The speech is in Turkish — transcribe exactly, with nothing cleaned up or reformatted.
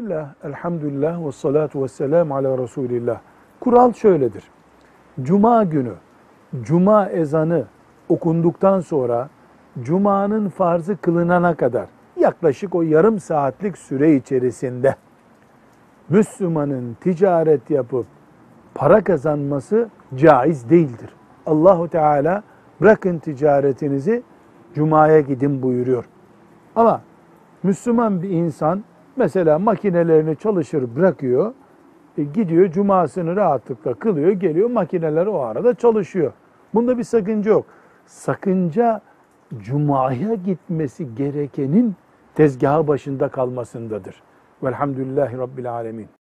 Bismillah, elhamdülillah ve salatu ve selamu ala Resulillah. Kural şöyledir. Cuma günü, cuma ezanı okunduktan sonra cumanın farzı kılınana kadar yaklaşık o yarım saatlik süre içerisinde Müslümanın ticaret yapıp para kazanması caiz değildir. Allahu Teala bırakın ticaretinizi cumaya gidin buyuruyor. Ama Müslüman bir insan mesela makinelerini çalışır bırakıyor, e gidiyor cumasını rahatlıkla kılıyor, geliyor makineler o arada çalışıyor. Bunda bir sakınca yok. Sakınca cumaya gitmesi gerekenin tezgahı başında kalmasındadır. Velhamdülillahi Rabbil Alemin.